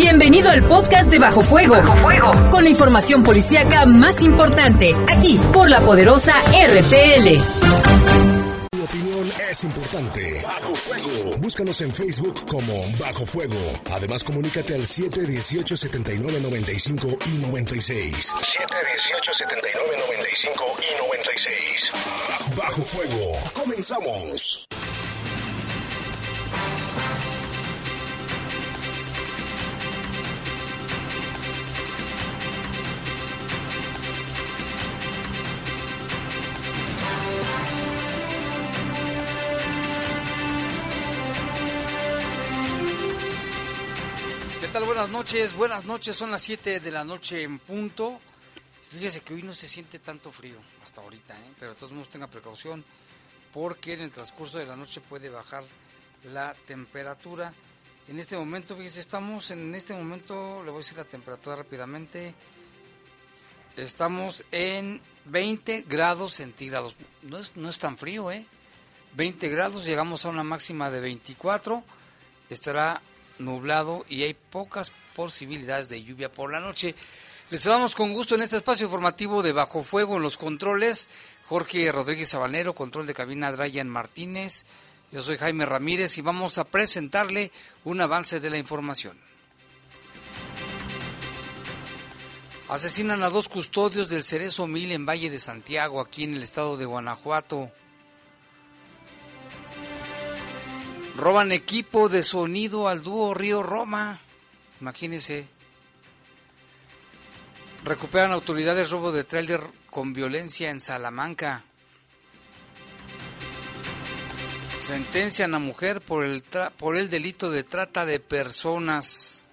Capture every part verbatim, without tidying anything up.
Bienvenido al podcast de Bajo Fuego. Bajo Fuego. Con la información policíaca más importante, aquí por la poderosa R P L. Tu opinión es importante. Bajo Fuego. Búscanos en Facebook como Bajo Fuego. Además, comunícate al siete dieciocho, setenta y nueve, noventa y cinco y noventa y seis. siete dieciocho, setenta y nueve, noventa y cinco y noventa y seis. Bajo, Bajo Fuego. Comenzamos. ¿Qué tal? Buenas noches, buenas noches, son las siete de la noche en punto. Fíjese que hoy no se siente tanto frío hasta ahorita, ¿eh? Pero de todos modos tenga precaución porque en el transcurso de la noche puede bajar la temperatura. En este momento, fíjese, estamos en este momento, le voy a decir la temperatura rápidamente, estamos en veinte grados centígrados, no es, no es tan frío, ¿eh? veinte grados, llegamos a una máxima de veinticuatro, estará nublado y hay pocas posibilidades de lluvia por la noche. Les saludamos con gusto en este espacio informativo de Bajo Fuego. En los controles, Jorge Rodríguez Sabanero, control de cabina Drayan Martínez, yo soy Jaime Ramírez y vamos a presentarle un avance de la información. Asesinan a dos custodios del Cerezo Mil en Valle de Santiago, aquí en el estado de Guanajuato. Roban equipo de sonido al dúo Río Roma, imagínense. Recuperan autoridades robo de tráiler con violencia en Salamanca. Sentencian a mujer por el, tra- por el delito de trata de personas.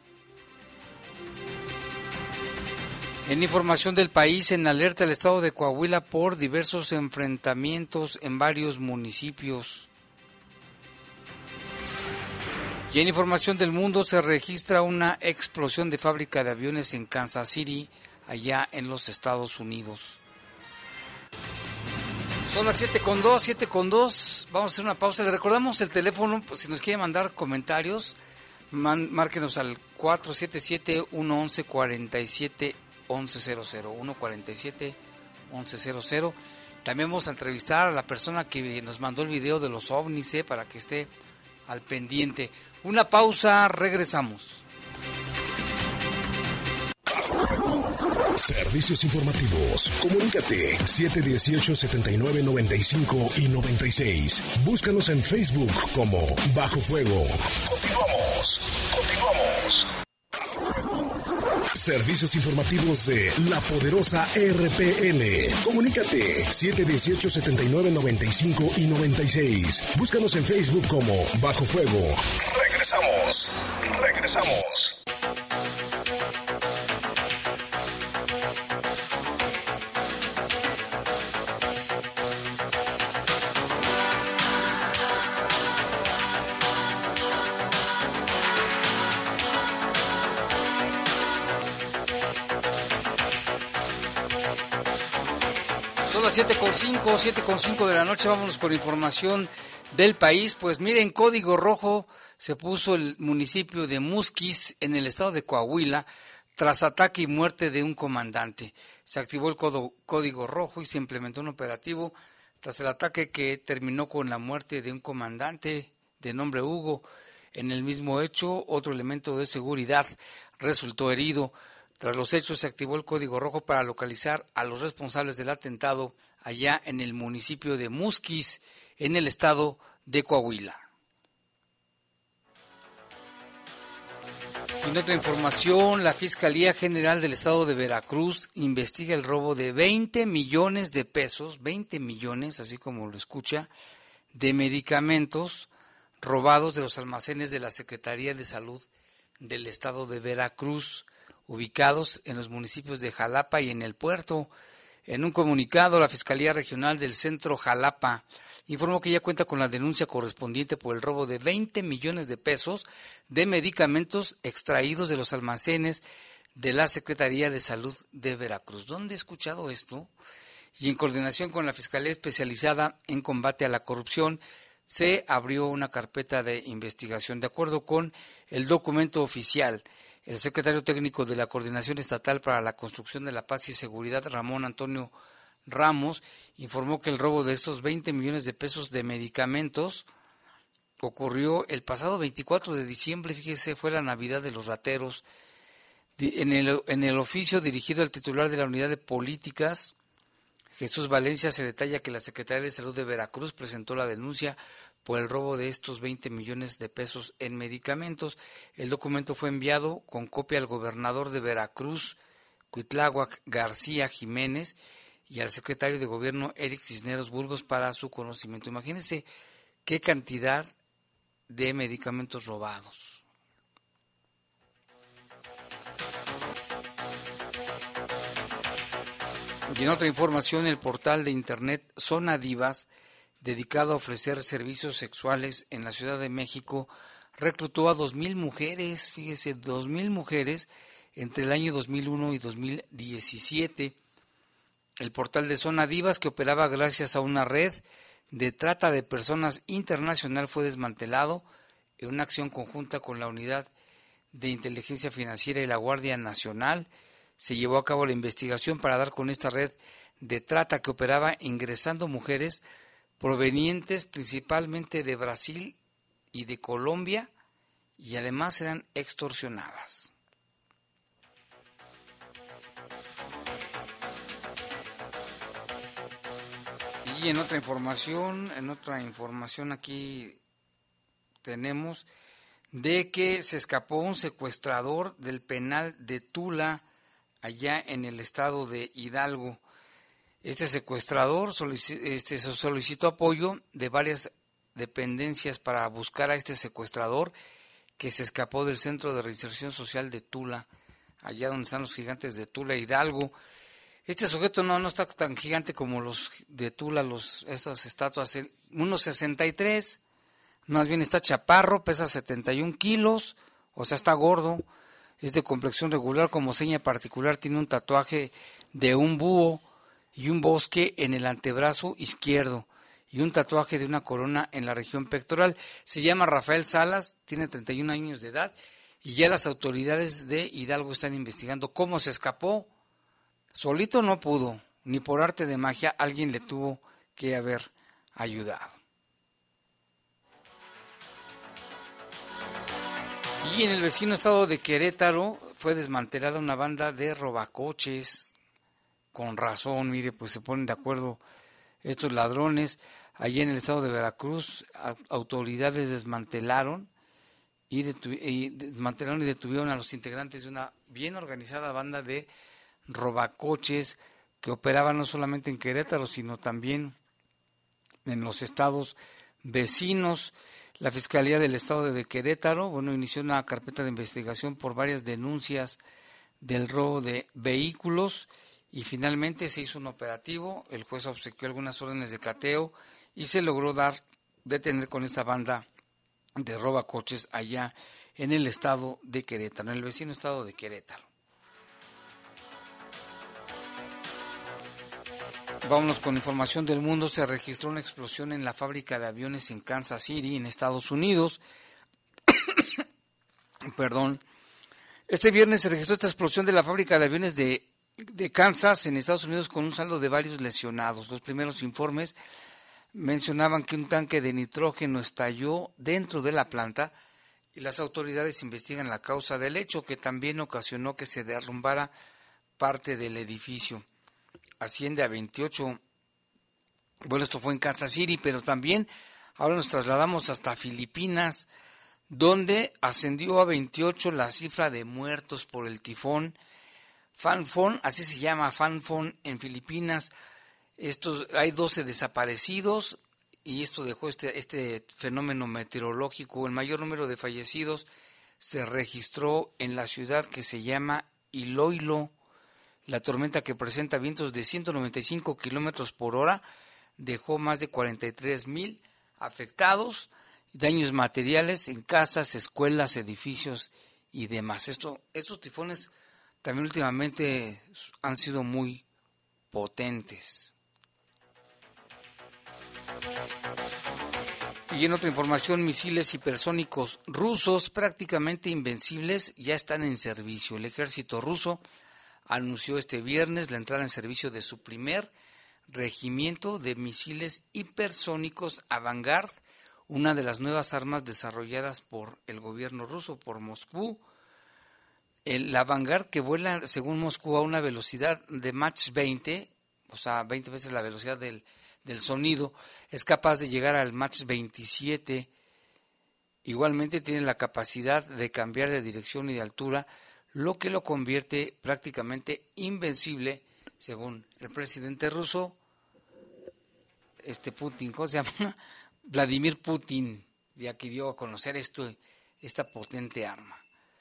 En información del país, en alerta el estado de Coahuila por diversos enfrentamientos en varios municipios. Y en información del mundo se registra una explosión de fábrica de aviones en Kansas City, allá en los Estados Unidos. Son las siete con dos, siete con dos, vamos a hacer una pausa. Le recordamos el teléfono, pues, si nos quiere mandar comentarios, man, márquenos al cuatro siete siete, uno uno uno, cuatro siete once cero cero, uno cuatro siete once cero cero. También vamos a entrevistar a la persona que nos mandó el video de los ovnis, ¿eh? Para que esté al pendiente. Una pausa, regresamos. Servicios informativos. Comunícate siete dieciocho, setenta y nueve, noventa y cinco y noventa y seis. Búscanos en Facebook como Bajo Fuego. Continuamos. Continuamos. Servicios informativos de la poderosa R P L. Comunícate siete dieciocho, setenta y nueve, noventa y cinco y noventa y seis. Búscanos en Facebook como Bajo Fuego. Regresamos. Regresamos. Son las siete con cinco, siete con cinco de la noche, vámonos con información del país. Pues miren, código rojo se puso el municipio de Musquis en el estado de Coahuila tras ataque y muerte de un comandante. Se activó el codo, código rojo y se implementó un operativo tras el ataque que terminó con la muerte de un comandante de nombre Hugo. En el mismo hecho, otro elemento de seguridad resultó herido. Tras los hechos se activó el código rojo para localizar a los responsables del atentado allá en el municipio de Musquis, en el estado de Coahuila. En otra información, la Fiscalía General del Estado de Veracruz investiga el robo de veinte millones de pesos, veinte millones, así como lo escucha, de medicamentos robados de los almacenes de la Secretaría de Salud del Estado de Veracruz, ubicados en los municipios de Jalapa y en el puerto. En un comunicado, la Fiscalía Regional del Centro Jalapa informó que ya cuenta con la denuncia correspondiente por el robo de veinte millones de pesos de medicamentos extraídos de los almacenes de la Secretaría de Salud de Veracruz. ¿Dónde he escuchado esto? Y en coordinación con la Fiscalía Especializada en Combate a la Corrupción, se abrió una carpeta de investigación. De acuerdo con el documento oficial, El secretario técnico de la Coordinación Estatal para la Construcción de la Paz y Seguridad, Ramón Antonio Ramos, informó que el robo de estos veinte millones de pesos de medicamentos ocurrió el pasado veinticuatro de diciembre, fíjese, fue la Navidad de los rateros. En el, en el oficio dirigido al titular de la Unidad de Políticas, Jesús Valencia, se detalla que la Secretaría de Salud de Veracruz presentó la denuncia por el robo de estos veinte millones de pesos en medicamentos. El documento fue enviado con copia al gobernador de Veracruz, Cuitláhuac García Jiménez, y al secretario de Gobierno, Eric Cisneros Burgos, para su conocimiento. Imagínense qué cantidad de medicamentos robados. Y en otra información, el portal de internet Zona Divas, dedicado a ofrecer servicios sexuales en la Ciudad de México, reclutó a dos mil mujeres, fíjese, dos mil mujeres entre el año dos mil uno y dos mil diecisiete. El portal de Zona Divas, que operaba gracias a una red de trata de personas internacional, fue desmantelado en una acción conjunta con la Unidad de Inteligencia Financiera y la Guardia Nacional. Se llevó a cabo la investigación para dar con esta red de trata que operaba ingresando mujeres provenientes principalmente de Brasil y de Colombia, y además eran extorsionadas. Y en otra información, en otra información aquí tenemos de que se escapó un secuestrador del penal de Tula, allá en el estado de Hidalgo. Este secuestrador solic- este, solicitó apoyo de varias dependencias para buscar a este secuestrador que se escapó del Centro de Reinserción Social de Tula, allá donde están los gigantes de Tula, Hidalgo. Este sujeto no, no está tan gigante como los de Tula, los, estas estatuas, uno sesenta y tres, más bien está chaparro, pesa setenta y un kilos, o sea, está gordo, es de complexión regular, como seña particular tiene un tatuaje de un búho y un bosque en el antebrazo izquierdo, y un tatuaje de una corona en la región pectoral. Se llama Rafael Salas, tiene treinta y un años de edad, y ya las autoridades de Hidalgo están investigando cómo se escapó. Solito no pudo, ni por arte de magia alguien le tuvo que haber ayudado. Y en el vecino estado de Querétaro fue desmantelada una banda de robacoches. Con razón, mire, pues se ponen de acuerdo estos ladrones. Allí en el estado de Veracruz, autoridades desmantelaron y, detu- y desmantelaron y detuvieron a los integrantes de una bien organizada banda de robacoches que operaban no solamente en Querétaro, sino también en los estados vecinos. La Fiscalía del Estado de Querétaro, bueno, inició una carpeta de investigación por varias denuncias del robo de vehículos y finalmente se hizo un operativo. El juez obsequió algunas órdenes de cateo y se logró dar detener con esta banda de robacoches allá en el estado de Querétaro, en el vecino estado de Querétaro. Vámonos con información del mundo. Se registró una explosión en la fábrica de aviones en Kansas City, en Estados Unidos. Perdón. Este viernes se registró esta explosión de la fábrica de aviones de, de Kansas, en Estados Unidos, con un saldo de varios lesionados. Los primeros informes mencionaban que un tanque de nitrógeno estalló dentro de la planta y las autoridades investigan la causa del hecho, que también ocasionó que se derrumbara parte del edificio. Asciende a veintiocho, bueno, esto fue en Kansas City, pero también ahora nos trasladamos hasta Filipinas, donde ascendió a veintiocho la cifra de muertos por el tifón Phanphone, así se llama, Phanphone en Filipinas. Estos, hay doce desaparecidos y esto dejó este, este fenómeno meteorológico. El mayor número de fallecidos se registró en la ciudad que se llama Iloilo. La tormenta, que presenta vientos de ciento noventa y cinco kilómetros por hora, dejó más de cuarenta y tres mil afectados, daños materiales en casas, escuelas, edificios y demás. Esto, estos tifones también últimamente han sido muy potentes. Y en otra información, misiles hipersónicos rusos prácticamente invencibles ya están en servicio. El ejército ruso anunció este viernes la entrada en servicio de su primer regimiento de misiles hipersónicos Avangard, una de las nuevas armas desarrolladas por el gobierno ruso, por Moscú. El Avangard, que vuela según Moscú a una velocidad de Mach veinte, o sea, veinte veces la velocidad del del sonido, es capaz de llegar al Mach veintisiete. Igualmente tiene la capacidad de cambiar de dirección y de altura, lo que lo convierte prácticamente invencible, según el presidente ruso, este Putin, ¿cómo se llama? Vladimir Putin, ya que dio a conocer esto, esta potente arma.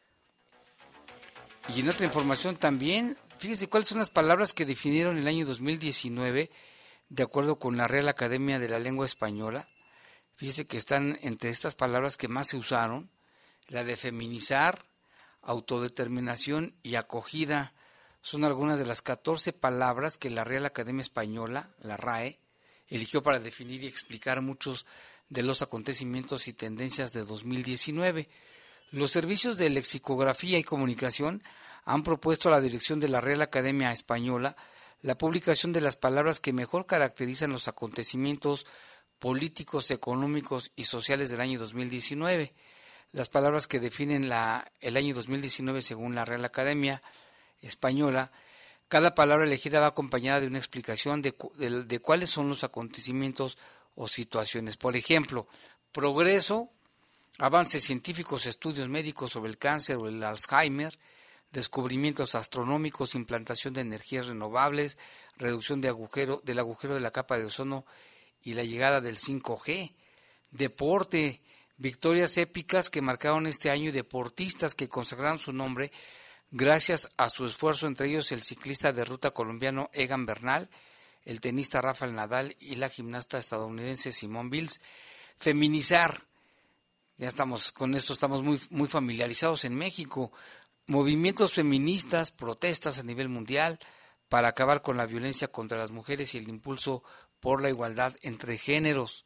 Y en otra información también, fíjense cuáles son las palabras que definieron el año dos mil diecinueve, de acuerdo con la Real Academia de la Lengua Española. Fíjese que están entre estas palabras que más se usaron, la de feminizar, autodeterminación y acogida. Son algunas de las catorce palabras que la Real Academia Española, la R A E, eligió para definir y explicar muchos de los acontecimientos y tendencias de dos mil diecinueve. Los servicios de lexicografía y comunicación han propuesto a la dirección de la Real Academia Española la publicación de las palabras que mejor caracterizan los acontecimientos políticos, económicos y sociales del año dos mil diecinueve. Las palabras que definen la, el año dos mil diecinueve según la Real Academia Española, cada palabra elegida va acompañada de una explicación de, de, de cuáles son los acontecimientos o situaciones. Por ejemplo, progreso, avances científicos, estudios médicos sobre el cáncer o el Alzheimer, descubrimientos astronómicos, implantación de energías renovables, reducción de agujero, del agujero de la capa de ozono y la llegada del cinco G. Deporte, victorias épicas que marcaron este año y deportistas que consagraron su nombre gracias a su esfuerzo, entre ellos el ciclista de ruta colombiano Egan Bernal, el tenista Rafael Nadal y la gimnasta estadounidense Simone Biles. Feminizar, ya estamos con esto estamos muy muy familiarizados en México. Movimientos feministas, protestas a nivel mundial para acabar con la violencia contra las mujeres y el impulso por la igualdad entre géneros.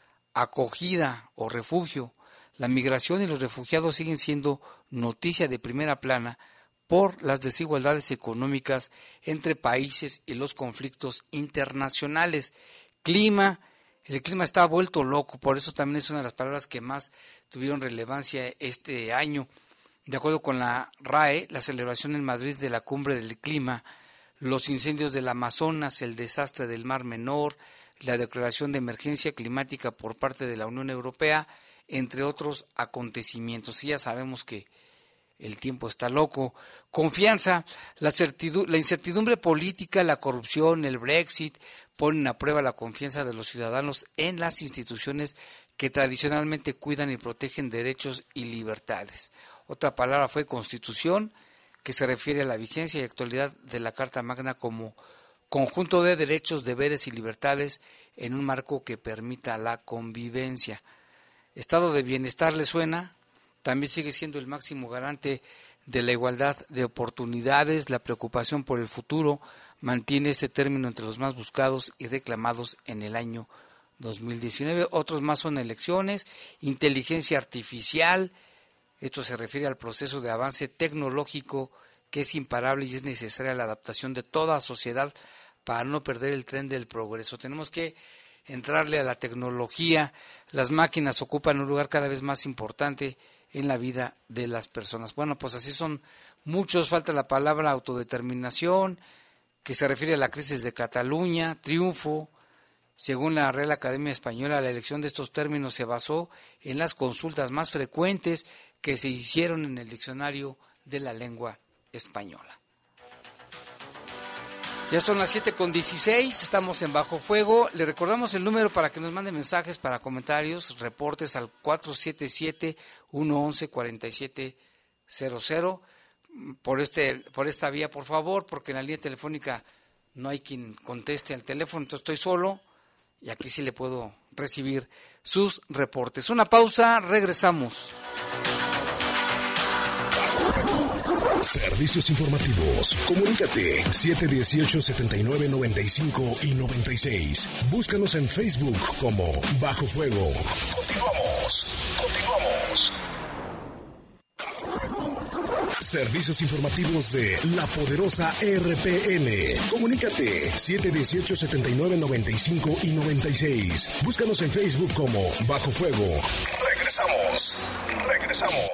Acogida o refugio. La migración y los refugiados siguen siendo noticia de primera plana por las desigualdades económicas entre países y los conflictos internacionales. Clima, el clima está vuelto loco, por eso también es una de las palabras que más tuvieron relevancia este año. De acuerdo con la R A E, la celebración en Madrid de la Cumbre del Clima, los incendios del Amazonas, el desastre del Mar Menor, la declaración de emergencia climática por parte de la Unión Europea, entre otros acontecimientos. Y ya sabemos que el tiempo está loco. Confianza, la, certidu- la incertidumbre política, la corrupción, el Brexit, ponen a prueba la confianza de los ciudadanos en las instituciones que tradicionalmente cuidan y protegen derechos y libertades. Otra palabra fue Constitución, que se refiere a la vigencia y actualidad de la Carta Magna como conjunto de derechos, deberes y libertades en un marco que permita la convivencia. Estado de bienestar, ¿le suena? También sigue siendo el máximo garante de la igualdad de oportunidades. La preocupación por el futuro mantiene este término entre los más buscados y reclamados en el año dos mil diecinueve. Otros más son elecciones, inteligencia artificial. Esto se refiere al proceso de avance tecnológico que es imparable y es necesaria la adaptación de toda sociedad para no perder el tren del progreso. Tenemos que entrarle a la tecnología. Las máquinas ocupan un lugar cada vez más importante en la vida de las personas. Bueno, pues así son muchos. Falta la palabra autodeterminación, que se refiere a la crisis de Cataluña, triunfo. Según la Real Academia Española, la elección de estos términos se basó en las consultas más frecuentes que se hicieron en el diccionario de la lengua española. Ya son las siete con dieciséis, estamos en Bajo Fuego. Le recordamos el número para que nos mande mensajes para comentarios, reportes al cuatro siete siete, uno uno, cuatro siete cero cero. Por, este, por esta vía, por favor, porque en la línea telefónica no hay quien conteste al teléfono, entonces estoy solo y aquí sí le puedo recibir sus reportes. Una pausa, regresamos. Servicios informativos. Comunícate siete dieciocho, setenta y nueve, noventa y cinco y noventa y seis. Búscanos en Facebook como Bajo Fuego. Continuamos. Continuamos. Servicios informativos de La Poderosa R P N. Comunícate siete dieciocho, setenta y nueve, noventa y cinco y noventa y seis. Búscanos en Facebook como Bajo Fuego. Regresamos. Regresamos.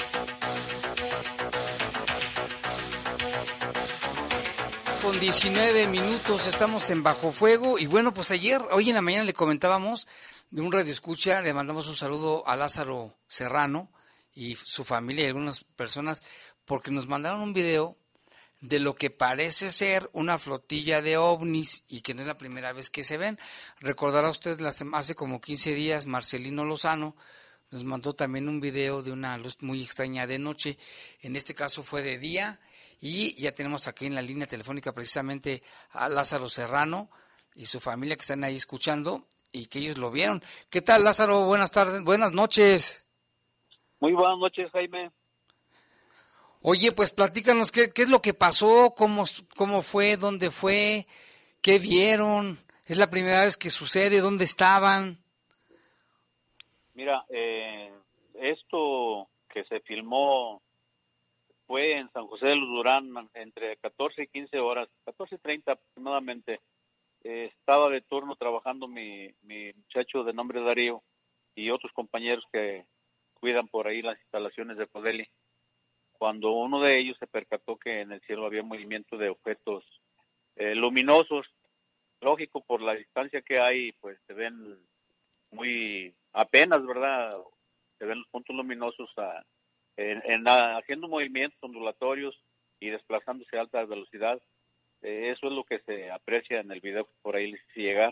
Con diecinueve minutos estamos en Bajo Fuego y bueno, pues ayer, hoy en la mañana le comentábamos de un radio escucha, le mandamos un saludo a Lázaro Serrano y su familia y algunas personas porque nos mandaron un video de lo que parece ser una flotilla de ovnis y que no es la primera vez que se ven. Recordará usted, hace como quince días Marcelino Lozano nos mandó también un video de una luz muy extraña de noche, en este caso fue de día. Y ya tenemos aquí en la línea telefónica precisamente a Lázaro Serrano y su familia que están ahí escuchando y que ellos lo vieron. ¿Qué tal, Lázaro? Buenas tardes, buenas noches. Muy buenas noches, Jaime. Oye, pues platícanos qué, qué es lo que pasó, cómo, cómo fue, dónde fue, qué vieron. ¿Es la primera vez que sucede? ¿Dónde estaban? Mira, eh, esto que se filmó fue en San José de los Durán entre catorce y quince horas, catorce y treinta aproximadamente. Eh, estaba de turno trabajando mi, mi muchacho de nombre Darío y otros compañeros que cuidan por ahí las instalaciones de Codeli, cuando uno de ellos se percató que en el cielo había movimiento de objetos eh, luminosos. Lógico, por la distancia que hay, pues se ven muy apenas, ¿verdad? Se ven los puntos luminosos a En, en, haciendo movimientos ondulatorios y desplazándose a alta velocidad. Eh, eso es lo que se aprecia en el video que por ahí les hice llegar.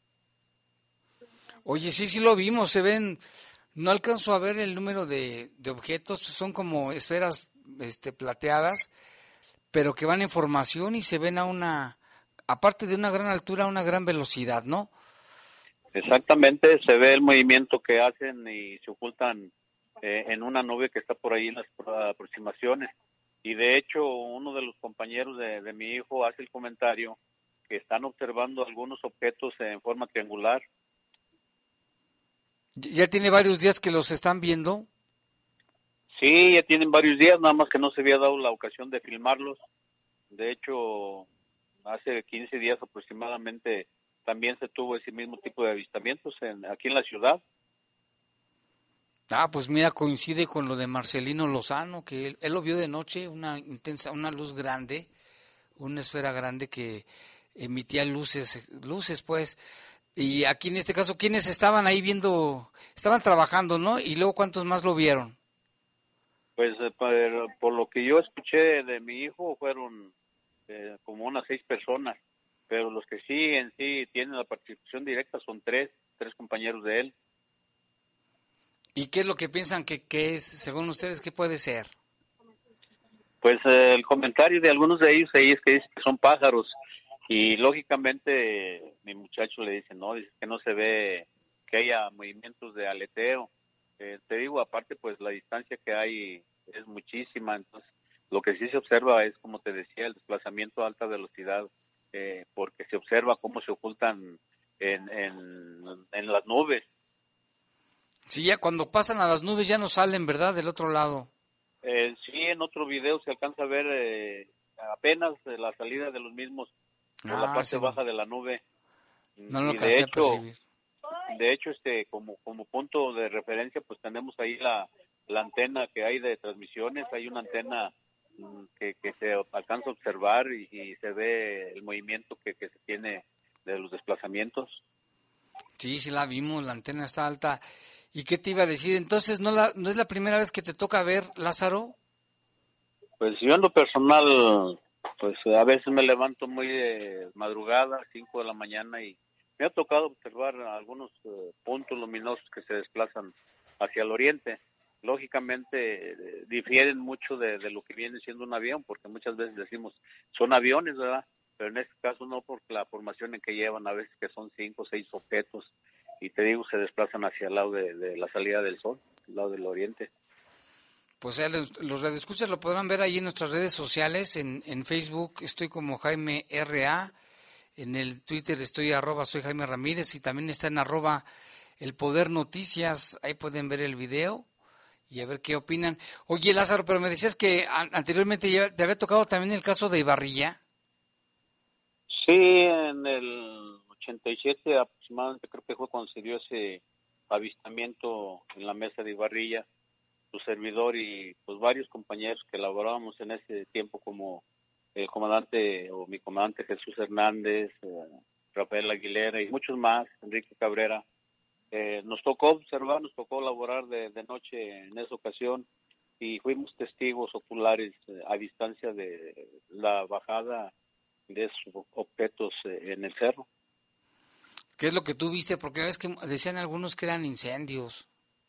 Oye, sí, sí lo vimos, se ven, no alcanzo a ver el número de, de objetos, son como esferas este, plateadas, pero que van en formación y se ven a una, aparte de una gran altura, a una gran velocidad, ¿no? Exactamente, se ve el movimiento que hacen y se ocultan en una nube que está por ahí en las aproximaciones. Y de hecho, uno de los compañeros de, de mi hijo hace el comentario que están observando algunos objetos en forma triangular. ¿Ya tiene varios días que los están viendo? Sí, ya tienen varios días, nada más que no se había dado la ocasión de filmarlos. De hecho, hace quince días aproximadamente también se tuvo ese mismo tipo de avistamientos en, aquí en la ciudad. Ah, pues mira, coincide con lo de Marcelino Lozano, que él, él lo vio de noche, una intensa, una luz grande, una esfera grande que emitía luces, luces pues, y aquí en este caso, ¿quiénes estaban ahí viendo? Estaban trabajando, ¿no? Y luego, ¿cuántos más lo vieron? Pues eh, por, por lo que yo escuché de mi hijo, fueron eh, como unas seis personas, pero los que sí en sí tienen la participación directa son tres, tres compañeros de él. ¿Y qué es lo que piensan que, que es, según ustedes, qué puede ser? Pues eh, el comentario de algunos de ellos ahí es que dicen que son pájaros y lógicamente eh, mi muchacho le dice, no, dice que no se ve que haya movimientos de aleteo. Eh, te digo, aparte pues la distancia que hay es muchísima, entonces lo que sí se observa es, como te decía, el desplazamiento a alta velocidad, eh, porque se observa cómo se ocultan en, en, en las nubes. Sí, ya cuando pasan a las nubes ya no salen, ¿verdad? Del otro lado. Eh, sí, en otro video se alcanza a ver eh, apenas la salida de los mismos por ah, la parte sí. baja de la nube. No lo alcancé de hecho, a percibir. De hecho, este, como, como punto de referencia, pues tenemos ahí la, la antena que hay de transmisiones. Hay una antena que, que se alcanza a observar y, y se ve el movimiento que, que se tiene de los desplazamientos. Sí, sí la vimos, la antena está alta. ¿Y qué te iba a decir? Entonces, ¿no la no es la primera vez que te toca ver, Lázaro? Pues yo en lo personal, pues a veces me levanto muy de madrugada, cinco de la mañana, y me ha tocado observar algunos uh, puntos luminosos que se desplazan hacia el oriente. Lógicamente, eh, difieren mucho de, de lo que viene siendo un avión, porque muchas veces decimos, son aviones, ¿verdad? Pero en este caso no, por la formación en que llevan, a veces que son cinco o seis objetos, y te digo, se desplazan hacia el lado de, de la salida del sol, el lado del oriente. pues eh, los, los radioescuchas lo podrán ver ahí en nuestras redes sociales, en, en Facebook estoy como Jaime R A, en el Twitter estoy arroba soy Jaime Ramírez y también está en arroba El Poder Noticias, ahí pueden ver el video y a ver qué opinan. Oye, Lázaro, pero me decías que a, anteriormente ya te había tocado también el caso de Ibarrilla. Sí, en el ochenta y siete aproximadamente creo que fue cuando se dio ese avistamiento en la mesa de Ibarrilla, su servidor y pues varios compañeros que laborábamos en ese tiempo como el comandante o mi comandante Jesús Hernández, eh, Rafael Aguilera y muchos más, Enrique Cabrera. Eh, nos tocó observar, nos tocó laborar de, de noche en esa ocasión y fuimos testigos oculares eh, a distancia de la bajada de esos objetos eh, en el cerro. ¿Qué es lo que tú viste? Porque ves que decían algunos que eran incendios.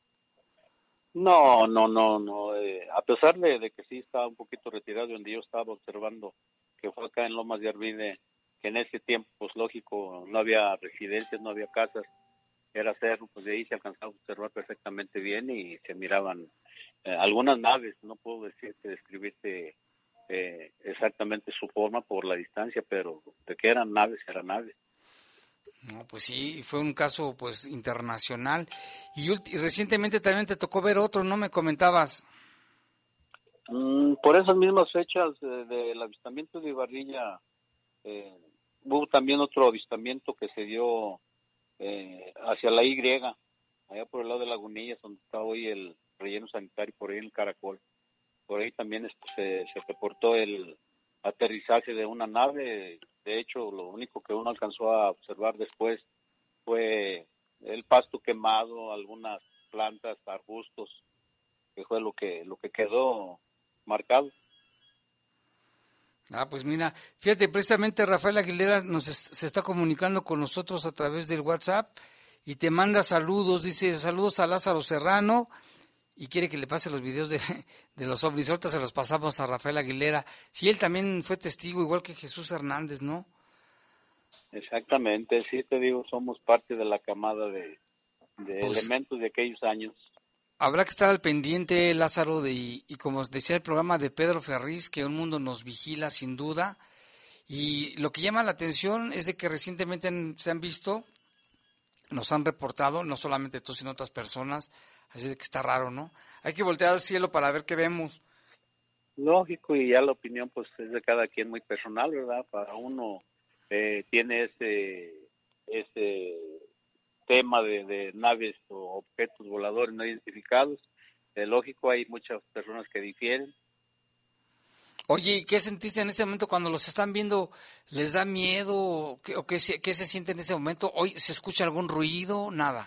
No, no, no, no. Eh, a pesar de, de que sí estaba un poquito retirado, donde yo estaba observando, que fue acá en Lomas de Arvide, que en ese tiempo, pues lógico, no había residencias, no había casas, era cerro, pues de ahí se alcanzaba a observar perfectamente bien y se miraban eh, algunas naves, no puedo decirte, describirte eh, exactamente su forma por la distancia, pero de que eran naves, eran naves. No, pues sí, fue un caso pues internacional y, y recientemente también te tocó ver otro, ¿no? Me comentabas. Mm, por esas mismas fechas eh, del avistamiento de Ibarrilla, eh, hubo también otro avistamiento que se dio eh, hacia la Y, allá por el lado de Lagunillas, donde está hoy el relleno sanitario, por ahí en el Caracol. Por ahí también este, se, se reportó el aterrizaje de una nave. De hecho, lo único que uno alcanzó a observar después fue el pasto quemado, algunas plantas, arbustos, que fue lo que lo que quedó marcado. Ah, pues mira, fíjate, precisamente Rafael Aguilera nos es, se está comunicando con nosotros a través del WhatsApp y te manda saludos, dice saludos a Lázaro Serrano y quiere que le pase los videos de, de los ovnis. Ahorita se los pasamos a Rafael Aguilera. Sí, él también fue testigo, igual que Jesús Hernández, ¿no? Exactamente, sí te digo, somos parte de la camada de, de pues, elementos de aquellos años. Habrá que estar al pendiente, Lázaro, de, y como decía el programa de Pedro Ferriz, que un mundo nos vigila sin duda. Y lo que llama la atención es de que recientemente han, se han visto, nos han reportado, no solamente tú, sino otras personas, así de que está raro, ¿no? Hay que voltear al cielo para ver qué vemos. Lógico, y ya la opinión pues es de cada quien muy personal, ¿verdad? Para uno eh, tiene ese ese tema de, de naves o objetos voladores no identificados. Eh, lógico, hay muchas personas que difieren. Oye, ¿y qué sentiste en ese momento cuando los están viendo? ¿Les da miedo o qué, o qué, se, qué se siente en ese momento? ¿Hoy se escucha algún ruido? Nada.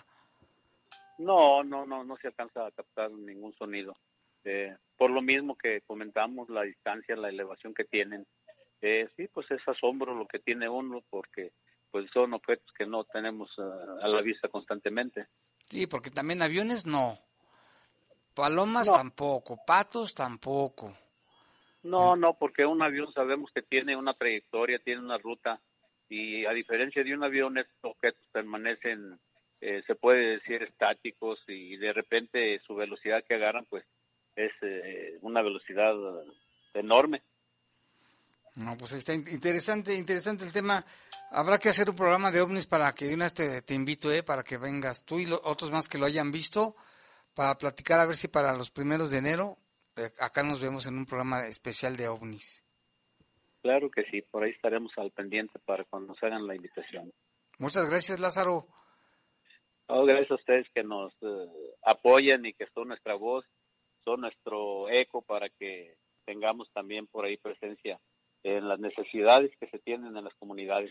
No, no, no, no se alcanza a captar ningún sonido. Eh, por lo mismo que comentamos, la distancia, la elevación que tienen. Eh, sí, pues es asombro lo que tiene uno porque pues son objetos que no tenemos uh, a la vista constantemente. Sí, porque también aviones no. Palomas no. tampoco, patos tampoco. No, no, porque un avión sabemos que tiene una trayectoria, tiene una ruta y a diferencia de un avión estos objetos permanecen, eh, se puede decir, estáticos y de repente su velocidad que agarran pues es eh, una velocidad enorme. No, pues está interesante, interesante el tema. Habrá que hacer un programa de ovnis para que de una vez te, te invito, eh, para que vengas tú y lo, otros más que lo hayan visto, para platicar a ver si para los primeros de enero, eh, acá nos vemos en un programa especial de ovnis. Claro que sí, por ahí estaremos al pendiente para cuando nos hagan la invitación. Muchas gracias, Lázaro. Oh, gracias a ustedes que nos eh, apoyan y que son nuestra voz, son nuestro eco para que tengamos también por ahí presencia en las necesidades que se tienen en las comunidades.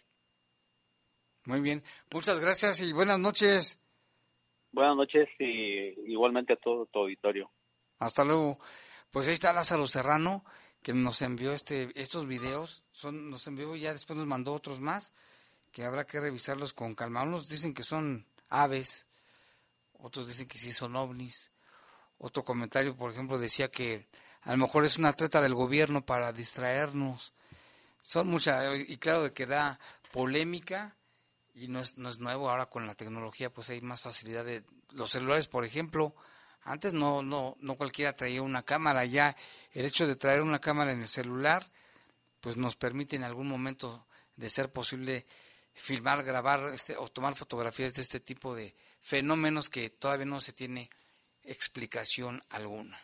Muy bien, muchas gracias y buenas noches. Buenas noches y igualmente a todo tu auditorio. Hasta luego. Pues ahí está Lázaro Serrano, que nos envió este estos videos, son nos envió y ya después nos mandó otros más, que habrá que revisarlos con calma. Unos dicen que son aves, otros dicen que sí son ovnis. Otro comentario, por ejemplo, decía que a lo mejor es una treta del gobierno para distraernos. Son muchas, y claro de que da polémica, y no es, no es nuevo, ahora con la tecnología pues hay más facilidad de, los celulares por ejemplo, Antes no, no, no cualquiera traía una cámara. Ya el hecho de traer una cámara en el celular, pues nos permite en algún momento, de ser posible, filmar, grabar este, o tomar fotografías de este tipo de fenómenos que todavía no se tiene explicación alguna.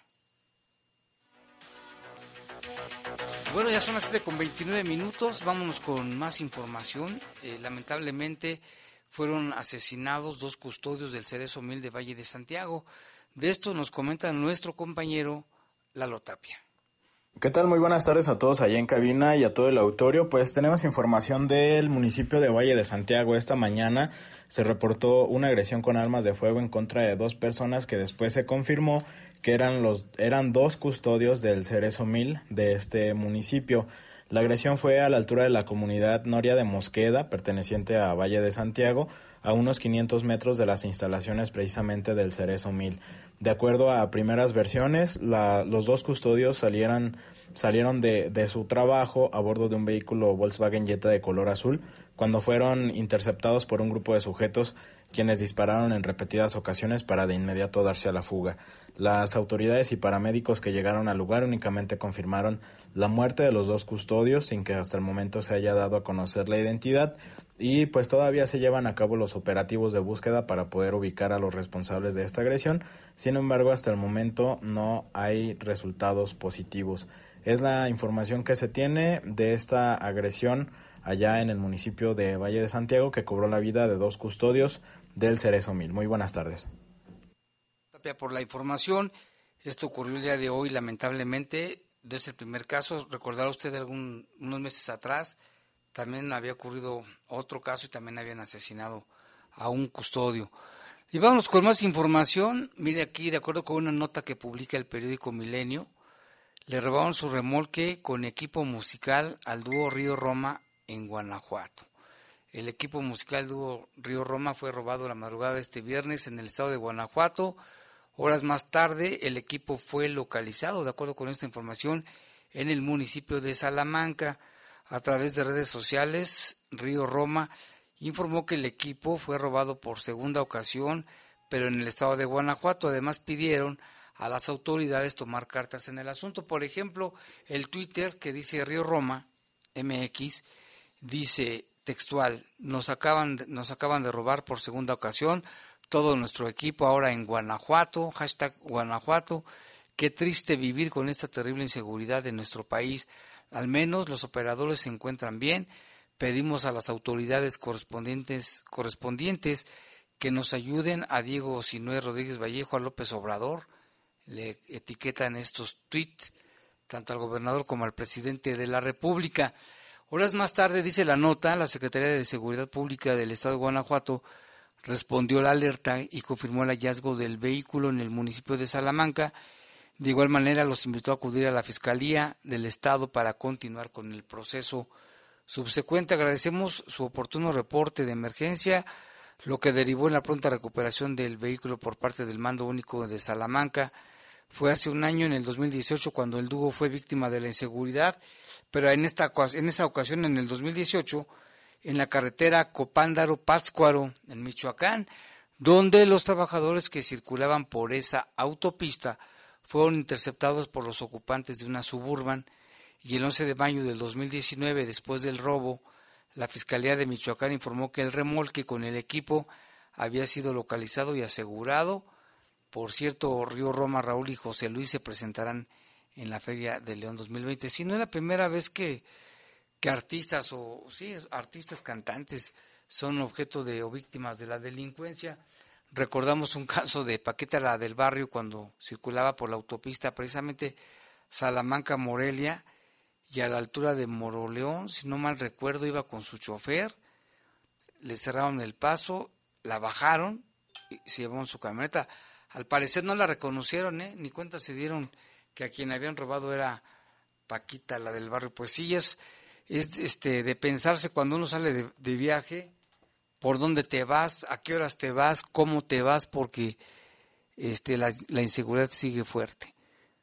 Bueno, ya son las siete con veintinueve minutos, vámonos con más información. Eh, lamentablemente fueron asesinados dos custodios del Cerezo Mil de Valle de Santiago. De esto nos comenta nuestro compañero Lalo Tapia. ¿Qué tal? Muy buenas tardes a todos allá en cabina y a todo el auditorio. Pues tenemos información del municipio de Valle de Santiago. Esta mañana se reportó una agresión con armas de fuego en contra de dos personas que después se confirmó que eran los eran dos custodios del Cerezo Mil de este municipio. La agresión fue a la altura de la comunidad Noria de Mosqueda, perteneciente a Valle de Santiago, a unos quinientos metros de las instalaciones precisamente del Cerezo Mil. De acuerdo a primeras versiones, la, los dos custodios salieran, salieron de, de su trabajo a bordo de un vehículo Volkswagen Jetta de color azul, cuando fueron interceptados por un grupo de sujetos quienes dispararon en repetidas ocasiones para de inmediato darse a la fuga. Las autoridades y paramédicos que llegaron al lugar únicamente confirmaron la muerte de los dos custodios sin que hasta el momento se haya dado a conocer la identidad, y pues todavía se llevan a cabo los operativos de búsqueda para poder ubicar a los responsables de esta agresión. Sin embargo, hasta el momento no hay resultados positivos. Es la información que se tiene de esta agresión allá en el municipio de Valle de Santiago, que cobró la vida de dos custodios del Cerezo Mil. Muy buenas tardes. Tapia, por la información. Esto ocurrió el día de hoy, lamentablemente. No es el primer caso. Recordará usted algún, unos meses atrás, también había ocurrido otro caso y también habían asesinado a un custodio. Y vamos con más información. Mire aquí, de acuerdo con una nota que publica el periódico Milenio, le robaron su remolque con equipo musical al dúo Río Roma en Guanajuato. El equipo musical dúo Río Roma fue robado la madrugada de este viernes en el estado de Guanajuato. Horas más tarde, el equipo fue localizado, de acuerdo con esta información, en el municipio de Salamanca. A través de redes sociales, Río Roma informó que el equipo fue robado por segunda ocasión, pero en el estado de Guanajuato. Además, pidieron a las autoridades tomar cartas en el asunto. Por ejemplo, el Twitter que dice Río Roma M X dice textual: nos acaban de, nos acaban de robar por segunda ocasión todo nuestro equipo ahora en Guanajuato, hashtag Guanajuato. Qué triste vivir con esta terrible inseguridad en nuestro país. Al menos los operadores se encuentran bien. Pedimos a las autoridades correspondientes, correspondientes que nos ayuden. A Diego Sinué Rodríguez Vallejo, a López Obrador, le etiquetan estos tweets tanto al gobernador como al presidente de la República. Horas más tarde, dice la nota, la Secretaría de Seguridad Pública del Estado de Guanajuato respondió la alerta y confirmó el hallazgo del vehículo en el municipio de Salamanca. De igual manera, los invitó a acudir a la Fiscalía del Estado para continuar con el proceso subsecuente. Agradecemos su oportuno reporte de emergencia, lo que derivó en la pronta recuperación del vehículo por parte del Mando Único de Salamanca. Fue hace un año, en el dos mil dieciocho, cuando el dúo fue víctima de la inseguridad, pero en esta en esa ocasión, en el dos mil dieciocho, en la carretera Copándaro-Pátzcuaro, en Michoacán, donde los trabajadores que circulaban por esa autopista fueron interceptados por los ocupantes de una Suburban, y el once de mayo del dos mil diecinueve, después del robo, la Fiscalía de Michoacán informó que el remolque con el equipo había sido localizado y asegurado. Por cierto, Río Roma, Raúl y José Luis se presentarán en la Feria de León dos mil veinte. Sí, no es la primera vez que, que artistas o sí, artistas cantantes son objeto de o víctimas de la delincuencia. Recordamos un caso de Paquita, la del barrio, cuando circulaba por la autopista precisamente Salamanca-Morelia, y a la altura de Moroleón, si no mal recuerdo, iba con su chofer, le cerraron el paso, la bajaron y se llevaron su camioneta. Al parecer no la reconocieron, ¿eh? Ni cuenta se dieron que a quien habían robado era Paquita, la del barrio. Pues sí, es, es este, de pensarse cuando uno sale de, de viaje, por dónde te vas, a qué horas te vas, cómo te vas, porque este, la, la inseguridad sigue fuerte.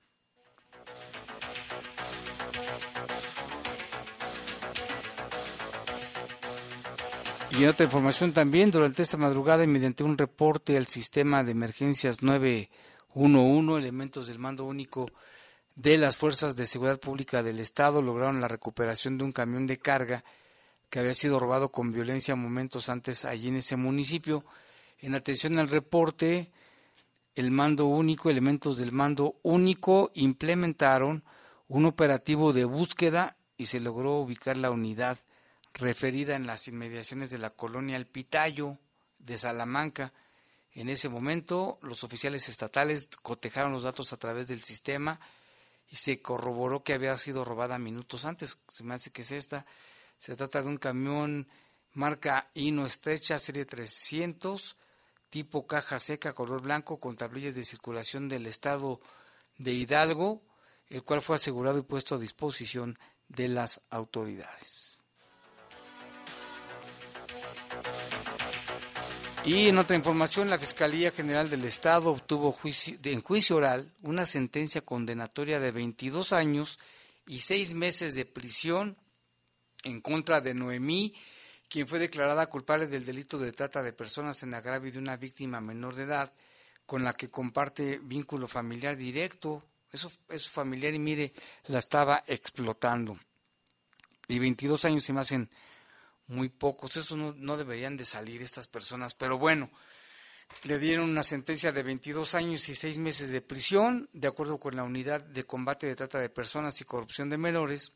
Y en otra información también, durante esta madrugada y mediante un reporte al sistema de emergencias nueve uno uno, elementos del Mando Único de las Fuerzas de Seguridad Pública del Estado lograron la recuperación de un camión de carga que había sido robado con violencia momentos antes allí en ese municipio. En atención al reporte, el Mando Único, elementos del Mando Único implementaron un operativo de búsqueda y se logró ubicar la unidad referida en las inmediaciones de la colonia El Pitayo de Salamanca. En ese momento, los oficiales estatales cotejaron los datos a través del sistema y se corroboró que había sido robada minutos antes. Se me hace que es esta. Se trata de un camión marca Hino Estrecha, serie trescientos, tipo caja seca, color blanco, con tablillas de circulación del estado de Hidalgo, el cual fue asegurado y puesto a disposición de las autoridades. Y en otra información, la Fiscalía General del Estado obtuvo juicio, en juicio oral una sentencia condenatoria de veintidós años y seis meses de prisión en contra de Noemí, quien fue declarada culpable del delito de trata de personas en agravio de una víctima menor de edad con la que comparte vínculo familiar directo. Eso es su familiar y mire, la estaba explotando. Y veintidós años se me hacen muy pocos, eso no, no deberían de salir estas personas, pero bueno, le dieron una sentencia de veintidós años y seis meses de prisión, de acuerdo con la Unidad de Combate de Trata de Personas y Corrupción de Menores.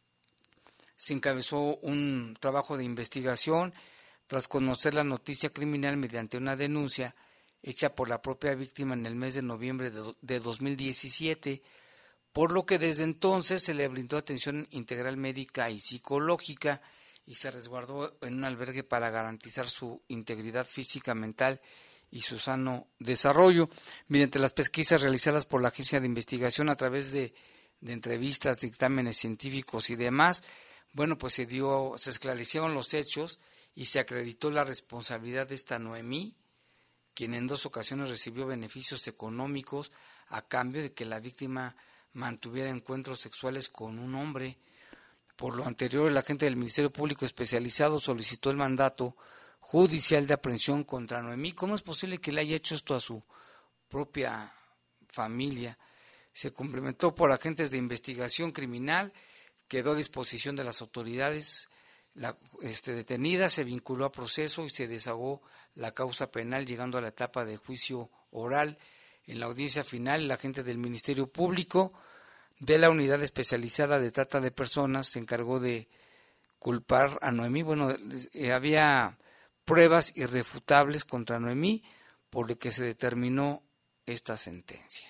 Se encabezó un trabajo de investigación tras conocer la noticia criminal mediante una denuncia hecha por la propia víctima en el mes de noviembre de, de dos mil diecisiete, por lo que desde entonces se le brindó atención integral médica y psicológica y se resguardó en un albergue para garantizar su integridad física, mental y su sano desarrollo. Mediante las pesquisas realizadas por la Agencia de Investigación a través de, de entrevistas, dictámenes científicos y demás, bueno, pues se dio, se esclarecieron los hechos y se acreditó la responsabilidad de esta Noemí, quien en dos ocasiones recibió beneficios económicos a cambio de que la víctima mantuviera encuentros sexuales con un hombre. Por lo anterior, el agente del Ministerio Público Especializado solicitó el mandato judicial de aprehensión contra Noemí. ¿Cómo es posible que le haya hecho esto a su propia familia? Se complementó por agentes de investigación criminal, quedó a disposición de las autoridades la, este, detenida, se vinculó a proceso y se desahogó la causa penal, llegando a la etapa de juicio oral. En la audiencia final, el agente del Ministerio Público de la Unidad Especializada de Trata de Personas se encargó de culpar a Noemí. Bueno, eh, había pruebas irrefutables contra Noemí, por lo que se determinó esta sentencia.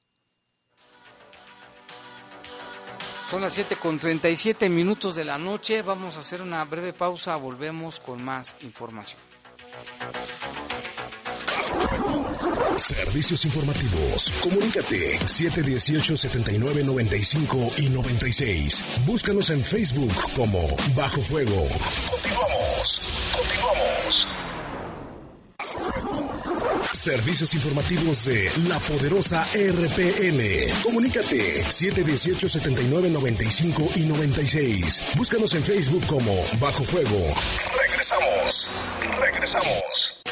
Son las siete con treinta y siete minutos de la noche. Vamos a hacer una breve pausa. Volvemos con más información. Servicios informativos. Comunícate siete dieciocho, setenta y nueve, noventa y cinco y noventa y seis. Búscanos en Facebook como Bajo Fuego. Continuamos. Continuamos. Servicios informativos de la poderosa R P N. Comunícate siete dieciocho, setenta y nueve, noventa y cinco y noventa y seis. Búscanos en Facebook como Bajo Fuego. Regresamos. Regresamos.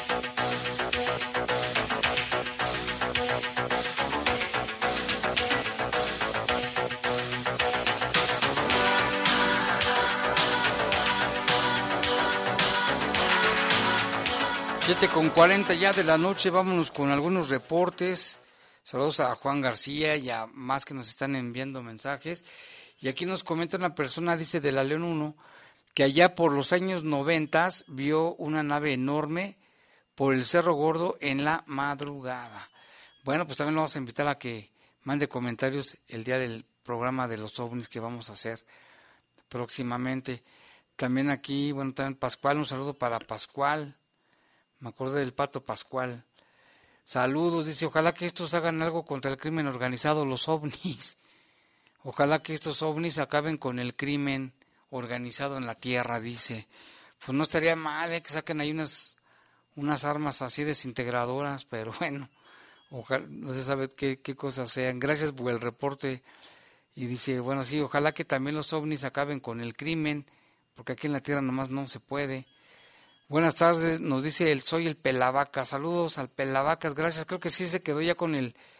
siete con cuarenta ya de la noche, vámonos con algunos reportes. Saludos a Juan García y a más que nos están enviando mensajes. Y aquí nos comenta una persona, dice de la León uno, que allá por los años noventas vio una nave enorme por el Cerro Gordo en la madrugada. Bueno, pues también lo vamos a invitar a que mande comentarios el día del programa de los ovnis que vamos a hacer próximamente. También aquí, bueno, también Pascual, un saludo para Pascual. Me acordé del Pato Pascual. Saludos, dice, ojalá que estos hagan algo contra el crimen organizado, los ovnis. Ojalá que estos ovnis acaben con el crimen organizado en la tierra, dice. Pues no estaría mal, ¿eh? Que saquen ahí unas, unas armas así desintegradoras, pero bueno, ojalá, no se sabe qué, qué cosas sean. Gracias por el reporte. Y dice, bueno, sí, ojalá que también los ovnis acaben con el crimen, porque aquí en la tierra nomás no se puede. Buenas tardes, nos dice el soy el Pelavacas. Saludos al Pelavacas, gracias. Creo que sí se quedó ya con el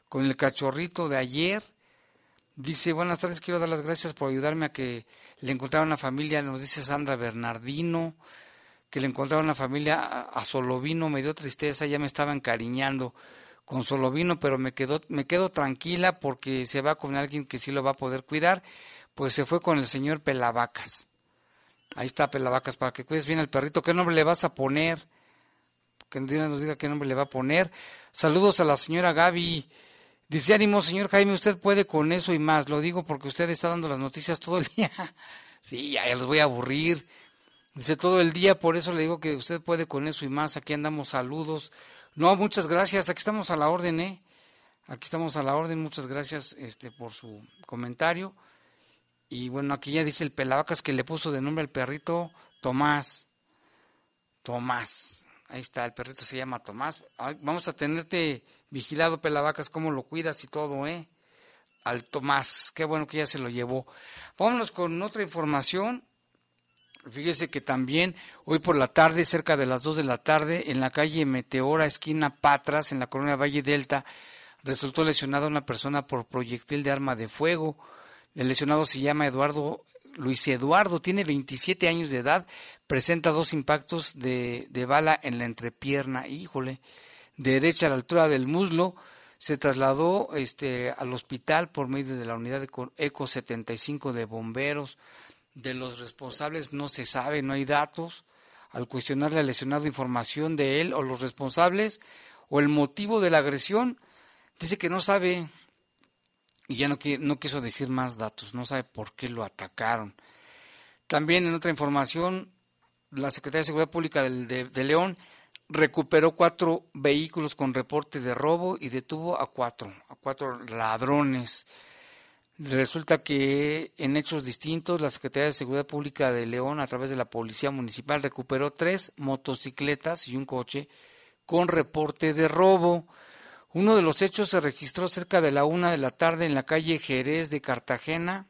con el cachorrito de ayer. Dice, buenas tardes, quiero dar las gracias por ayudarme a que le encontraron una familia, nos dice Sandra Bernardino, que le encontraron una familia a, a Solovino, me dio tristeza, ya me estaba encariñando con Solovino, pero me quedo, me quedo tranquila porque se va con alguien que sí lo va a poder cuidar, pues se fue con el señor Pelavacas. Ahí está Pelavacas, para que cuides bien al perrito. ¿Qué nombre le vas a poner? Que nos diga qué nombre le va a poner. Saludos a la señora Gaby. Dice, ánimo, señor Jaime, usted puede con eso y más. Lo digo porque usted está dando las noticias todo el día. Sí, ya, ya los voy a aburrir. Dice, todo el día, por eso le digo que usted puede con eso y más. Aquí andamos, saludos. No, muchas gracias. Aquí estamos a la orden, ¿eh? Aquí estamos a la orden. Muchas gracias este, por su comentario. Y bueno, aquí ya dice el Pelavacas que le puso de nombre al perrito Tomás. Tomás. Ahí está, el perrito se llama Tomás. Ay, vamos a tenerte vigilado, Pelavacas, cómo lo cuidas y todo, ¿eh? Al Tomás, qué bueno que ya se lo llevó. Vámonos con otra información. Fíjese que también hoy por la tarde, cerca de las dos de la tarde, en la calle Meteora, esquina Patras, en la colonia Valle Delta, resultó lesionada una persona por proyectil de arma de fuego. El lesionado se llama Eduardo, Luis Eduardo, tiene veintisiete años de edad, presenta dos impactos de, de bala en la entrepierna, híjole, derecha a la altura del muslo. Se trasladó este, al hospital por medio de la unidad de ECO setenta y cinco de bomberos. De los responsables no se sabe, no hay datos. Al cuestionarle al lesionado información de él o los responsables o el motivo de la agresión, dice que no sabe y ya no, no quiso decir más datos, no sabe por qué lo atacaron. También en otra información, la Secretaría de Seguridad Pública de, de, de León recuperó cuatro vehículos con reporte de robo y detuvo a cuatro, a cuatro ladrones. Resulta que en hechos distintos, la Secretaría de Seguridad Pública de León, a través de la Policía Municipal, recuperó tres motocicletas y un coche con reporte de robo. Uno de los hechos se registró cerca de la una de la tarde en la calle Jerez de Cartagena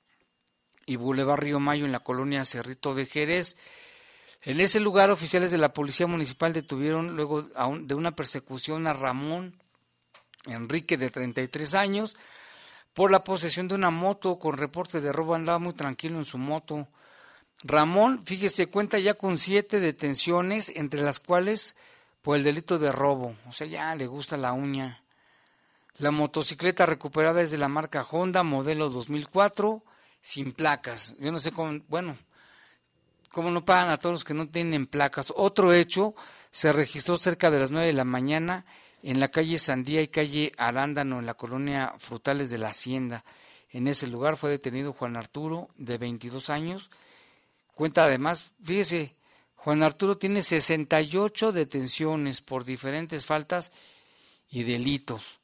y Boulevard Río Mayo en la colonia Cerrito de Jerez. En ese lugar, oficiales de la Policía Municipal detuvieron luego de una persecución a Ramón Enrique, de treinta y tres años, por la posesión de una moto con reporte de robo. Andaba muy tranquilo en su moto. Ramón, fíjese, cuenta ya con siete detenciones, entre las cuales por el delito de robo. O sea, ya le gusta la uña. La motocicleta recuperada es de la marca Honda, modelo dos mil cuatro, sin placas. Yo no sé cómo, bueno, cómo no pagan a todos los que no tienen placas. Otro hecho se registró cerca de las nueve de la mañana en la calle Sandía y calle Arándano, en la colonia Frutales de la Hacienda. En ese lugar fue detenido Juan Arturo, de veintidós años. Cuenta además, fíjese, Juan Arturo tiene sesenta y ocho detenciones por diferentes faltas y delitos.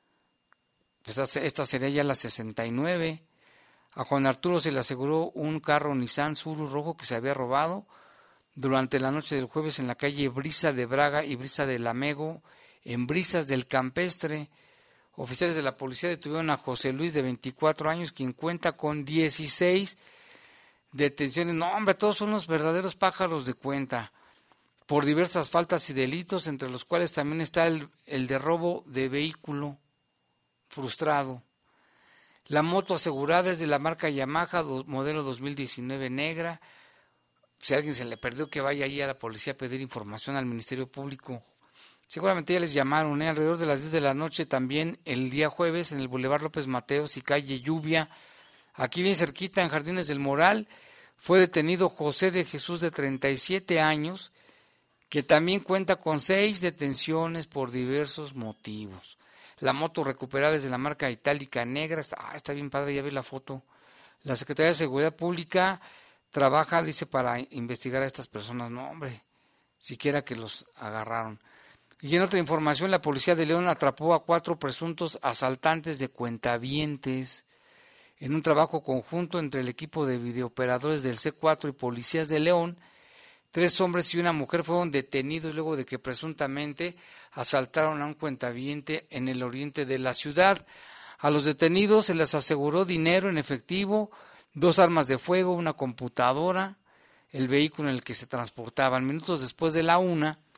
Esta, esta sería ya la sesenta y nueve. A Juan Arturo se le aseguró un carro Nissan Suru rojo que se había robado durante la noche del jueves en la calle Brisa de Braga y Brisa de Lamego, en Brisas del Campestre. Oficiales de la policía detuvieron a José Luis, de veinticuatro años, quien cuenta con dieciséis detenciones. No, hombre, todos son unos verdaderos pájaros de cuenta, por diversas faltas y delitos, entre los cuales también está el, el de robo de vehículo frustrado. La moto asegurada es de la marca Yamaha, do, modelo dos mil diecinueve, negra. Si a alguien se le perdió, que vaya ahí a la policía a pedir información al Ministerio Público. Seguramente ya les llamaron, ¿eh? Alrededor de las diez de la noche también el día jueves en el Boulevard López Mateos y calle Lluvia, aquí bien cerquita en Jardines del Moral, fue detenido José de Jesús, de treinta y siete años, que también cuenta con seis detenciones por diversos motivos. La moto recuperada es de la marca Itálica negra. Está, ah, está bien padre, ya vi la foto. La Secretaría de Seguridad Pública trabaja, dice, para investigar a estas personas. No, hombre, siquiera que los agarraron. Y en otra información, la policía de León atrapó a cuatro presuntos asaltantes de cuentavientes en un trabajo conjunto entre el equipo de videooperadores del C cuatro y policías de León. Tres hombres y una mujer fueron detenidos luego de que presuntamente asaltaron a un cuentaviente en el oriente de la ciudad. A los detenidos se les aseguró dinero en efectivo, dos armas de fuego, una computadora, el vehículo en el que se transportaban. Minutos después de la una,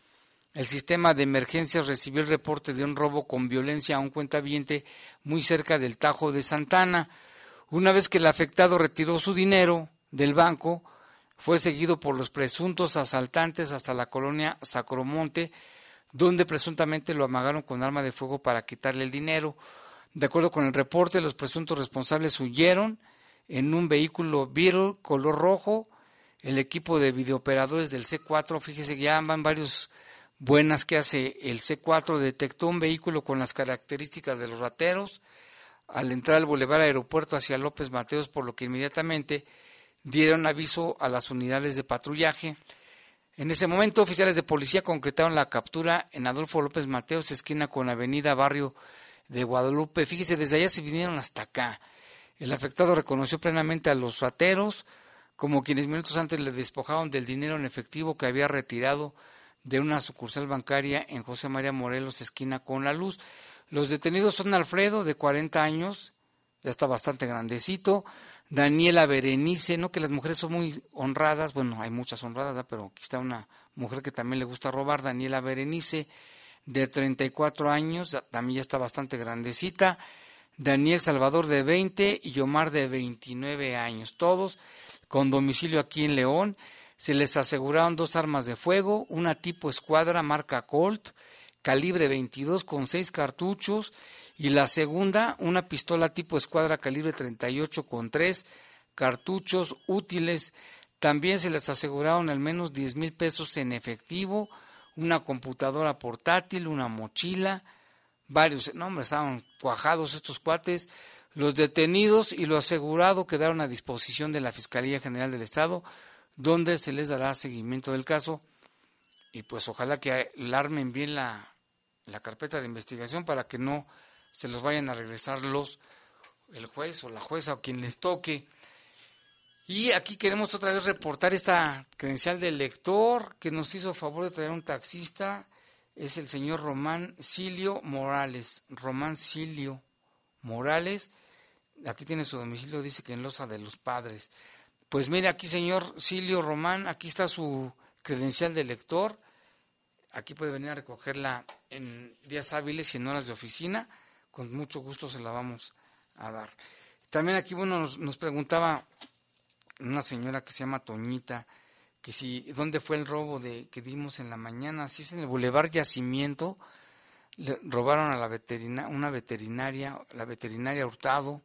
el sistema de emergencias recibió el reporte de un robo con violencia a un cuentaviente muy cerca del Tajo de Santana. Una vez que el afectado retiró su dinero del banco, fue seguido por los presuntos asaltantes hasta la colonia Sacromonte, donde presuntamente lo amagaron con arma de fuego para quitarle el dinero. De acuerdo con el reporte, los presuntos responsables huyeron en un vehículo Beetle color rojo. El equipo de videooperadores del C cuatro, fíjese que ya van varios buenas que hace el C cuatro, detectó un vehículo con las características de los rateros al entrar al Boulevard Aeropuerto hacia López Mateos, por lo que inmediatamente dieron aviso a las unidades de patrullaje. En ese momento, oficiales de policía concretaron la captura en Adolfo López Mateos, esquina con Avenida Barrio de Guadalupe. Fíjese, desde allá se vinieron hasta acá. El afectado reconoció plenamente a los rateros como quienes minutos antes le despojaron del dinero en efectivo que había retirado de una sucursal bancaria en José María Morelos, esquina con La Luz. Los detenidos son Alfredo, de cuarenta años, ya está bastante grandecito, Daniela Berenice, no que las mujeres son muy honradas, bueno, hay muchas honradas, ¿verdad? Pero aquí está una mujer que también le gusta robar, Daniela Berenice, de treinta y cuatro años, también ya está bastante grandecita, Daniel Salvador, de veinte, y Omar, de veintinueve años, todos con domicilio aquí en León. Se les aseguraron dos armas de fuego, una tipo escuadra marca Colt, calibre veintidós con seis cartuchos, y la segunda, una pistola tipo escuadra calibre treinta y ocho con tres cartuchos útiles. También se les aseguraron al menos diez mil pesos en efectivo, una computadora portátil, una mochila, varios, no hombre, estaban cuajados estos cuates. Los detenidos y lo asegurado quedaron a disposición de la Fiscalía General del Estado, donde se les dará seguimiento del caso, y pues ojalá que armen bien la, la carpeta de investigación para que no se los vayan a regresar los el juez o la jueza o quien les toque. Y aquí queremos otra vez reportar esta credencial del lector que nos hizo favor de traer un taxista, es el señor Román Silio Morales, Román Silio Morales, aquí tiene su domicilio, dice que en Loza de los Padres. Pues mire aquí, señor Silio Román, aquí está su credencial de lector, aquí puede venir a recogerla en días hábiles y en horas de oficina, con mucho gusto se la vamos a dar. También aquí, bueno, nos, nos preguntaba una señora que se llama Toñita, que si, ¿dónde fue el robo de que dimos en la mañana? Si es en el Boulevard Yacimiento, le robaron a la veterina, una veterinaria, la veterinaria Hurtado,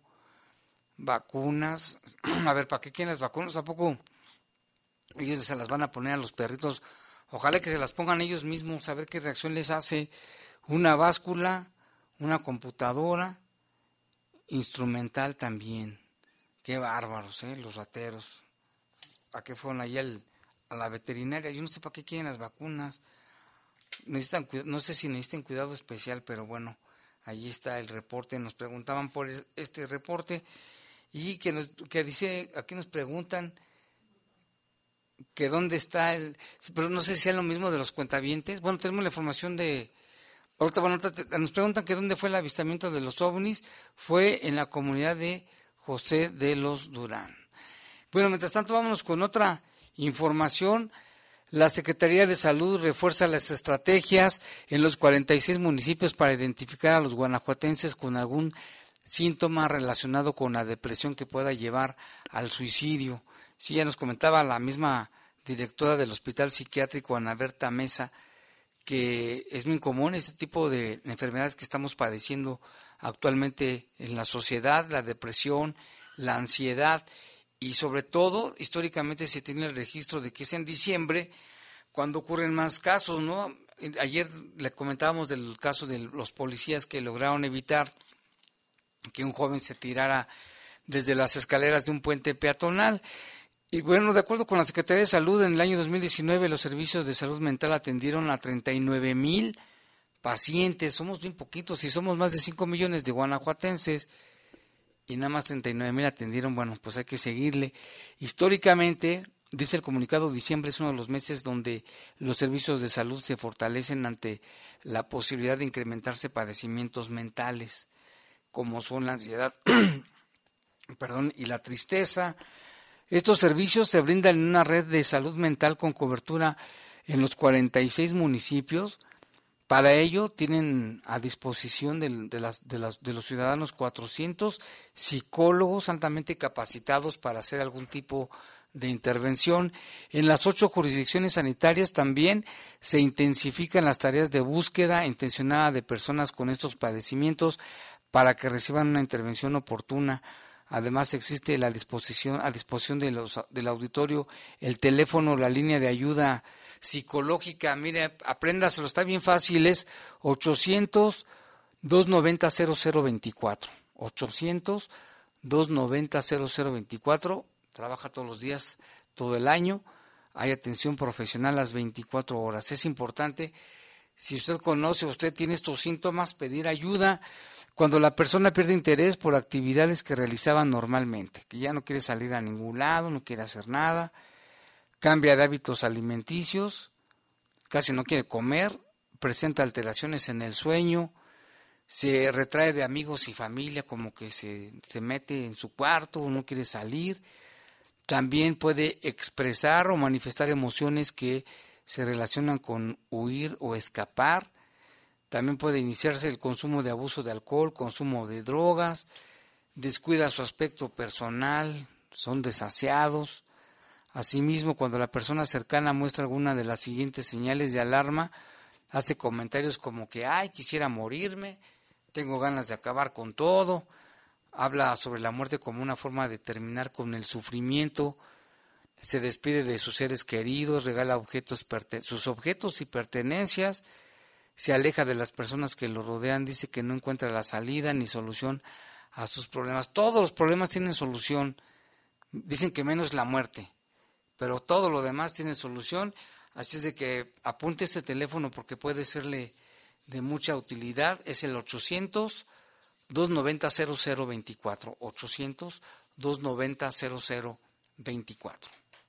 vacunas. A ver, ¿para qué quieren las vacunas? ¿A poco ellos se las van a poner a los perritos? Ojalá que se las pongan ellos mismos, a ver qué reacción les hace. Una báscula, una computadora, instrumental también. Qué bárbaros, ¿eh? Los rateros. ¿A qué fueron allá el, a la veterinaria? Yo no sé para qué quieren las vacunas. Necesitan, no sé si necesitan cuidado especial, pero bueno, allí está el reporte. Nos preguntaban por este reporte y que nos, que dice, aquí nos preguntan que dónde está el, pero no sé si es lo mismo de los cuentavientes. Bueno, tenemos la información de, ahorita, bueno, ahorita nos preguntan que dónde fue el avistamiento de los ovnis. Fue en la comunidad de José de los Durán. Bueno, mientras tanto, vámonos con otra información. La Secretaría de Salud refuerza las estrategias en los cuarenta y seis municipios para identificar a los guanajuatenses con algún síntoma relacionado con la depresión que pueda llevar al suicidio. Sí, ya nos comentaba la misma directora del Hospital Psiquiátrico, Ana Berta Mesa, que es muy común este tipo de enfermedades que estamos padeciendo actualmente en la sociedad, la depresión, la ansiedad, y sobre todo, históricamente se tiene el registro de que es en diciembre cuando ocurren más casos, ¿no? Ayer le comentábamos del caso de los policías que lograron evitar que un joven se tirara desde las escaleras de un puente peatonal. Y bueno, de acuerdo con la Secretaría de Salud, en el año dos mil diecinueve los servicios de salud mental atendieron a treinta y nueve mil pacientes. Somos bien poquitos y somos más de cinco millones de guanajuatenses y nada más treinta y nueve mil atendieron. Bueno, pues hay que seguirle. Históricamente, dice el comunicado, diciembre es uno de los meses donde los servicios de salud se fortalecen ante la posibilidad de incrementarse padecimientos mentales, como son la ansiedad perdón, y la tristeza. Estos servicios se brindan en una red de salud mental con cobertura en los cuarenta y seis municipios. Para ello tienen a disposición de, de, las, de, las, de los ciudadanos cuatrocientos psicólogos altamente capacitados para hacer algún tipo de intervención. En las ocho jurisdicciones sanitarias también se intensifican las tareas de búsqueda intencionada de personas con estos padecimientos para que reciban una intervención oportuna. Además existe la disposición a disposición de los, del auditorio el teléfono, la línea de ayuda psicológica. Mire, apréndaselo, está bien fácil, es ochocientos, doscientos noventa, cero cero veinticuatro. ochocientos, doscientos noventa, cero cero veinticuatro. Trabaja todos los días, todo el año. Hay atención profesional las veinticuatro horas. Es importante, si usted conoce, usted tiene estos síntomas, pedir ayuda. Cuando la persona pierde interés por actividades que realizaba normalmente, que ya no quiere salir a ningún lado, no quiere hacer nada, cambia de hábitos alimenticios, casi no quiere comer, presenta alteraciones en el sueño, se retrae de amigos y familia, como que se, se mete en su cuarto, no quiere salir. También puede expresar o manifestar emociones que se relacionan con huir o escapar. También puede iniciarse el consumo de abuso de alcohol, consumo de drogas, descuida su aspecto personal, son desaseados. Asimismo, cuando la persona cercana muestra alguna de las siguientes señales de alarma, hace comentarios como que, ay, quisiera morirme, tengo ganas de acabar con todo, habla sobre la muerte como una forma de terminar con el sufrimiento, se despide de sus seres queridos, regala objetos, sus objetos y pertenencias, se aleja de las personas que lo rodean, dice que no encuentra la salida ni solución a sus problemas. Todos los problemas tienen solución, dicen que menos la muerte, pero todo lo demás tiene solución, así es de que apunte este teléfono porque puede serle de mucha utilidad, es el ochocientos, doscientos noventa, cero cero veinticuatro, ochocientos, doscientos noventa, cero cero veinticuatro.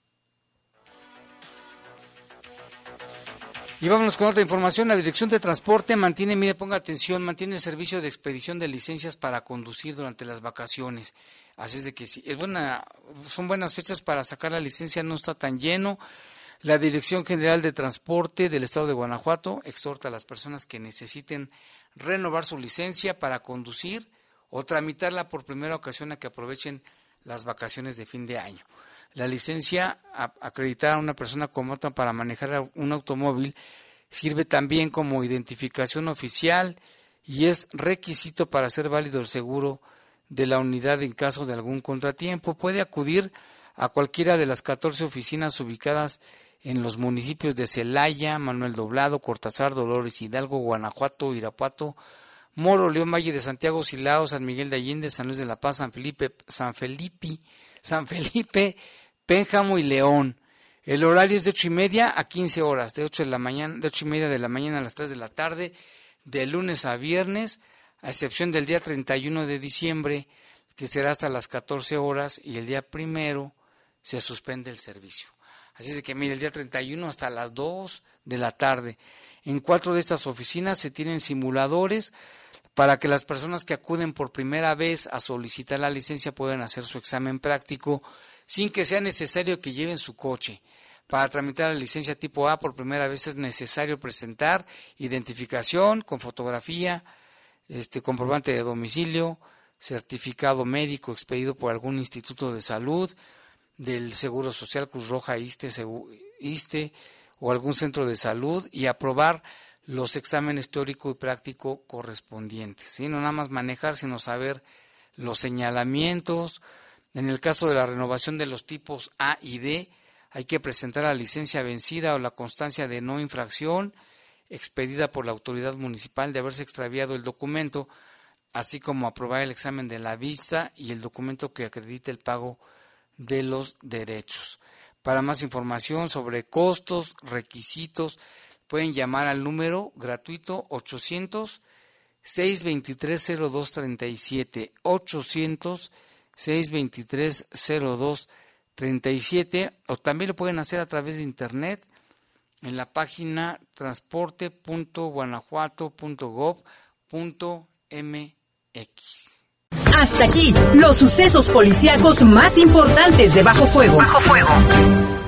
Y vámonos con otra información. La Dirección de Transporte mantiene, mire, ponga atención, mantiene el servicio de expedición de licencias para conducir durante las vacaciones. Así es de que sí, es buena, son buenas fechas para sacar la licencia, no está tan lleno. La Dirección General de Transporte del Estado de Guanajuato exhorta a las personas que necesiten renovar su licencia para conducir o tramitarla por primera ocasión a que aprovechen las vacaciones de fin de año. La licencia acreditada a una persona como apta para manejar un automóvil sirve también como identificación oficial y es requisito para hacer válido el seguro de la unidad en caso de algún contratiempo. Puede acudir a cualquiera de las catorce oficinas ubicadas en los municipios de Celaya, Manuel Doblado, Cortázar, Dolores Hidalgo, Guanajuato, Irapuato, Moro, León, Valle de Santiago, Silao, San Miguel de Allende, San Luis de la Paz, San Felipe, San Felipe, San Felipe, Pénjamo y León. El horario es de ocho y media a quince horas, de ocho de la mañana, de ocho y media de la mañana a las tres de la tarde, de lunes a viernes, a excepción del día treinta y uno de diciembre, que será hasta las catorce horas, y el día primero se suspende el servicio. Así es de que, mire, el día treinta y uno hasta las dos de la tarde. En cuatro de estas oficinas se tienen simuladores para que las personas que acuden por primera vez a solicitar la licencia puedan hacer su examen práctico sin que sea necesario que lleven su coche. Para tramitar la licencia tipo A por primera vez es necesario presentar identificación con fotografía, este comprobante de domicilio, certificado médico expedido por algún instituto de salud, del Seguro Social, Cruz Roja, ISSSTE, ISSSTE o algún centro de salud, y aprobar los exámenes teórico y práctico correspondientes, ¿sí? No nada más manejar, sino saber los señalamientos. En el caso de la renovación de los tipos A y D, hay que presentar la licencia vencida o la constancia de no infracción expedida por la autoridad municipal de haberse extraviado el documento, así como aprobar el examen de la vista y el documento que acredite el pago de los derechos. Para más información sobre costos, requisitos, pueden llamar al número gratuito ochocientos, seiscientos veintitrés, cero dos treinta y siete, ochocientos, seiscientos veintitrés, cero dos treinta y siete, o también lo pueden hacer a través de internet en la página transporte punto guanajuato punto gob punto m x. Hasta aquí, los sucesos policíacos más importantes de Bajo Fuego. Bajo Fuego.